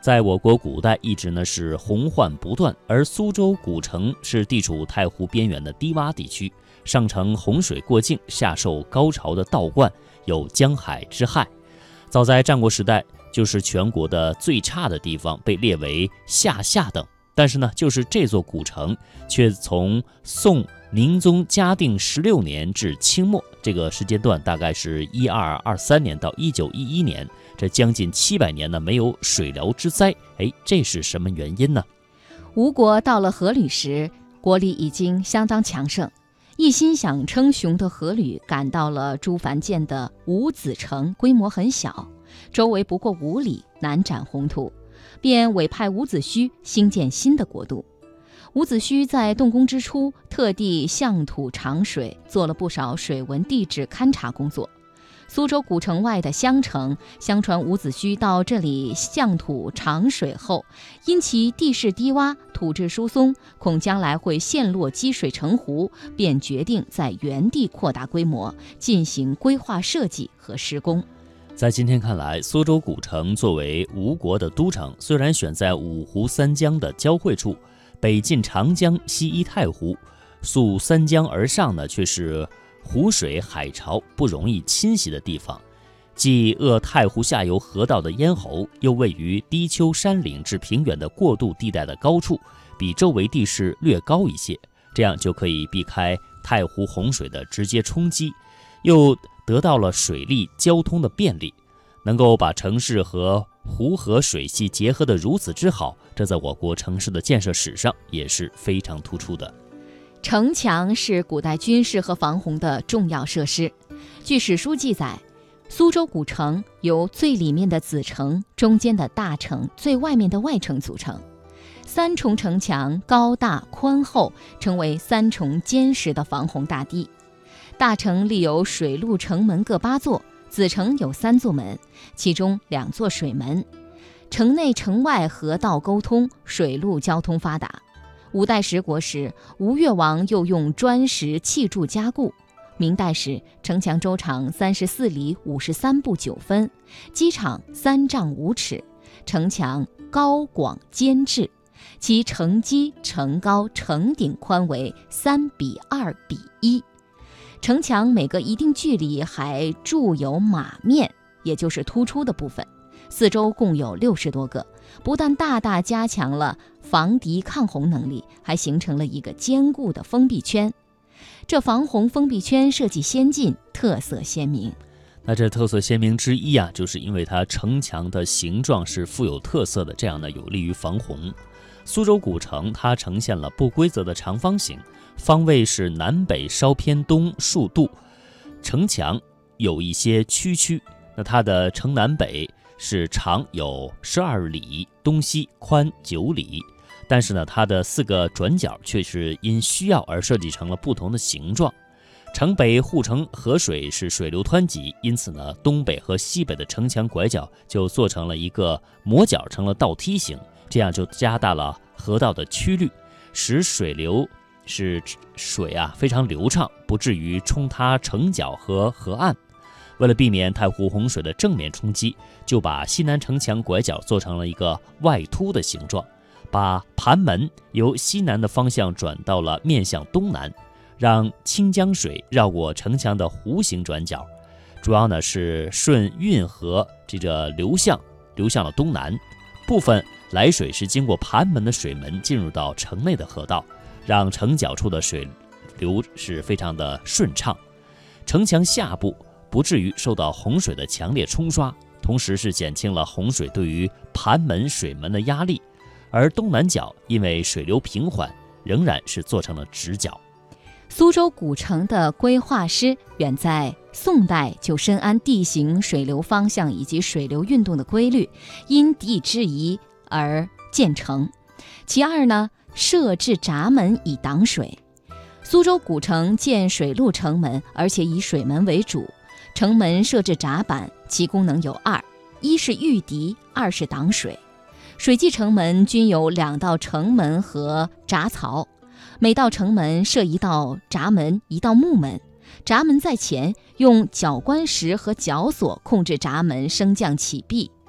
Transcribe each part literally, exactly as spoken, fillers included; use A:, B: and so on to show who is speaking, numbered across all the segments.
A: 在我国古代一直呢是洪患不断，而苏州古城是地处太湖边缘的低洼地区，上承洪水过境，下受高潮的倒灌，有江海之害。早在战国时代，就是全国的最差的地方，被列为下下等。但是呢，就是这座古城，却从宋宁宗嘉定十六年至清末这个时间段，大概是一二二三年到一九一一年，这将近七百年呢，没有水疗之灾。哎，这是什么原因呢？
B: 吴国到了阖闾时，国力已经相当强盛，一心想称雄的阖闾感到了朱凡建的五子城规模很小，周围不过五里，难展宏图，便委派伍子胥兴建新的国度。伍子胥在动工之初，特地向土尝水，做了不少水文地质勘察工作。苏州古城外的襄城，相传伍子胥到这里向土尝水后，因其地势低洼，土质疏松，恐将来会陷落积水成湖，便决定在原地扩大规模，进行规划设计和施工。
A: 在今天看来，苏州古城作为吴国的都城，虽然选在五湖三江的交汇处，北近长江，西依太湖，溯三江而上呢，却是湖水海潮不容易侵袭的地方，既扼太湖下游河道的咽喉，又位于低丘山岭至平原的过渡地带的高处，比周围地势略高一些，这样就可以避开太湖洪水的直接冲击，又得到了水利交通的便利，能够把城市和湖河水系结合得如此之好，这在我国城市的建设史上也是非常突出的。
B: 城墙是古代军事和防洪的重要设施。据史书记载，苏州古城由最里面的子城、中间的大城、最外面的外城组成。三重城墙高大宽厚，成为三重坚实的防洪大堤。大城立有水陆城门各八座，子城有三座门，其中两座水门。城内城外河道沟通，水陆交通发达。五代十国时，吴越王又用砖石砌筑加固。明代时，城墙周长三十四里五十三步九分，基场三丈五尺，城墙高广坚质，其城基、城高、城顶宽为三比二比一。城墙每隔一定距离还筑有马面，也就是突出的部分，四周共有六十多个，不但大大加强了防敌抗洪能力，还形成了一个坚固的封闭圈。这防洪封闭圈设计先进，特色鲜明。
A: 那这特色鲜明之一啊，就是因为它城墙的形状是富有特色的，这样呢有利于防洪。苏州古城它呈现了不规则的长方形，方位是南北稍偏东数度，城墙有一些曲曲，那它的城南北是长有十二里，东西宽九里，但是呢，它的四个转角却是因需要而设计成了不同的形状。城北护城河水是水流湍急，因此呢，东北和西北的城墙拐角就做成了一个磨角，成了倒梯形，这样就加大了河道的曲率，使水流是水啊非常流畅，不至于冲塌城角和河岸。为了避免太湖洪水的正面冲击，就把西南城墙拐角做成了一个外凸的形状，把盘门由西南的方向转到了面向东南，让清江水绕过城墙的弧形转角，主要呢是顺运河这个流向流向了东南，部分来水是经过盘门的水门进入到城内的河道，让城角处的水流是非常的顺畅，城墙下部不至于受到洪水的强烈冲刷，同时是减轻了洪水对于盘门水门的压力。而东南角因为水流平缓，仍然是做成了直角。
B: 苏州古城的规划师远在宋代就深谙地形、水流方向以及水流运动的规律，因地制宜而建成。其二呢，设置闸门以挡水。苏州古城建水陆城门，而且以水门为主，城门设置闸板，其功能有二：一是御敌，二是挡水。水系城门均有两道城门和闸槽，每道城门设一道闸门，一道木门。闸门在前，用角关石和角锁控制闸门升降起闭。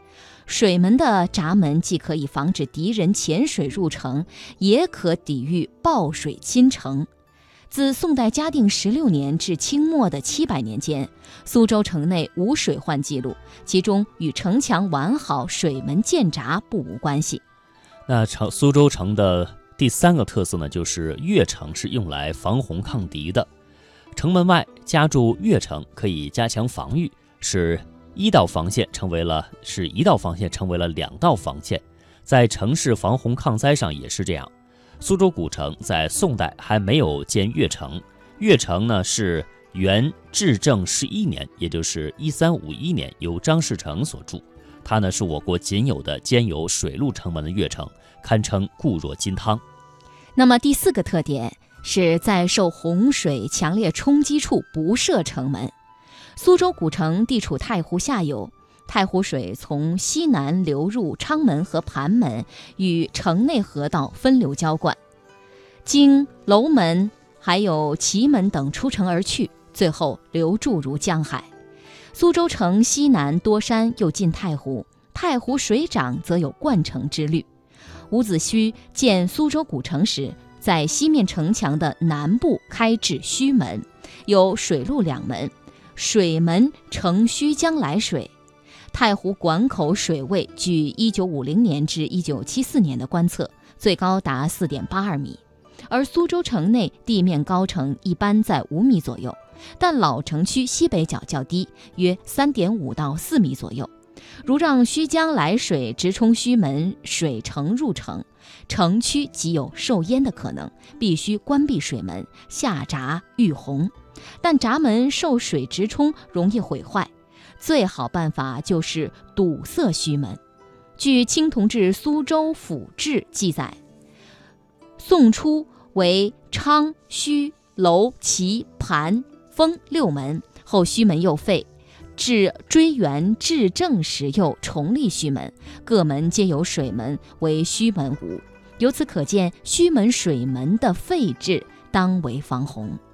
B: 水门的闸门既可以防止敌人潜水入城，也可抵御暴水侵城。自宋代嘉定十六年至清末的七百年间，苏州城内无水患记录，其中与城墙完好、水门建闸不无关系。
A: 那城苏州城的第三个特色呢，就是越城是用来防洪抗敌的。城门外加筑越城，可以加强防御，使一道防线成为了使一道防线成为了两道防线。在城市防洪抗灾上也是这样。苏州古城在宋代还没有建越城，越城呢是元至正十一年，也就是一三五一年由张士诚所筑。它呢是我国仅有的兼有水陆城门的越城，堪称固若金汤。
B: 那么第四个特点是在受洪水强烈冲击处不设城门。苏州古城地处太湖下游，太湖水从西南流入昌门和盘门，与城内河道分流浇灌，经楼门还有祁门等出城而去，最后流注如江海。苏州城西南多山，又近太湖，太湖水涨则有灌城之虑。伍子胥建苏州古城时，在西面城墙的南部开置胥门，有水陆两门，水门承胥江来水。太湖管口水位据一九五零年至一九七四年的观测，最高达 四点八二米，而苏州城内地面高程一般在五米左右，但老城区西北角较低，约 三点五到四米左右。如让胥江来水直冲胥门，水城入城，城区极有受淹的可能，必须关闭水门，下闸御洪。但闸门受水直冲容易毁坏，最好办法就是堵塞胥门。据清同治苏州府志记载，宋初为昌、胥、楼、祁、盘、丰六门，后胥门又废，至追元至正时又重立胥门，各门皆有水门，为胥门五。由此可见，胥门水门的废制当为防洪。